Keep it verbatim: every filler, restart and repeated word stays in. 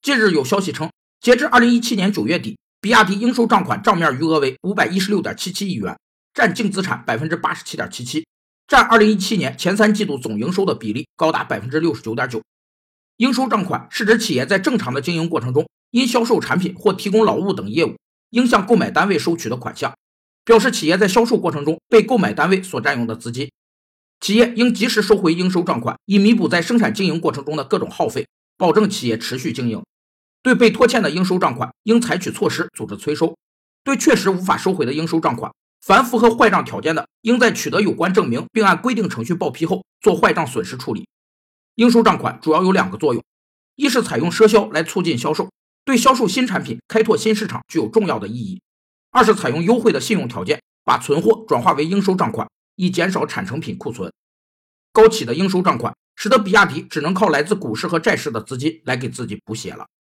近日有消息称，截至二零一七年九月底，比亚迪应收账款账面余额为 五百一十六点七七亿元，占净资产 百分之八十七点七七， 占二零一七年前三季度总营收的比例高达 百分之六十九点九。 应收账款是指企业在正常的经营过程中，因销售产品或提供劳务等业务，应向购买单位收取的款项，表示企业在销售过程中被购买单位所占用的资金。企业应及时收回应收账款，以弥补在生产经营过程中的各种耗费，保证企业持续经营。对被拖欠的应收账款，应采取措施组织催收。对确实无法收回的应收账款，凡符合坏账条件的，应在取得有关证明并按规定程序报批后，做坏账损失处理。应收账款主要有两个作用，一是采用赊销来促进销售，对销售新产品、开拓新市场具有重要的意义；二是采用优惠的信用条件，把存货转化为应收账款，以减少产成品库存。高企的应收账款使得比亚迪只能靠来自股市和债市的资金来给自己补血了。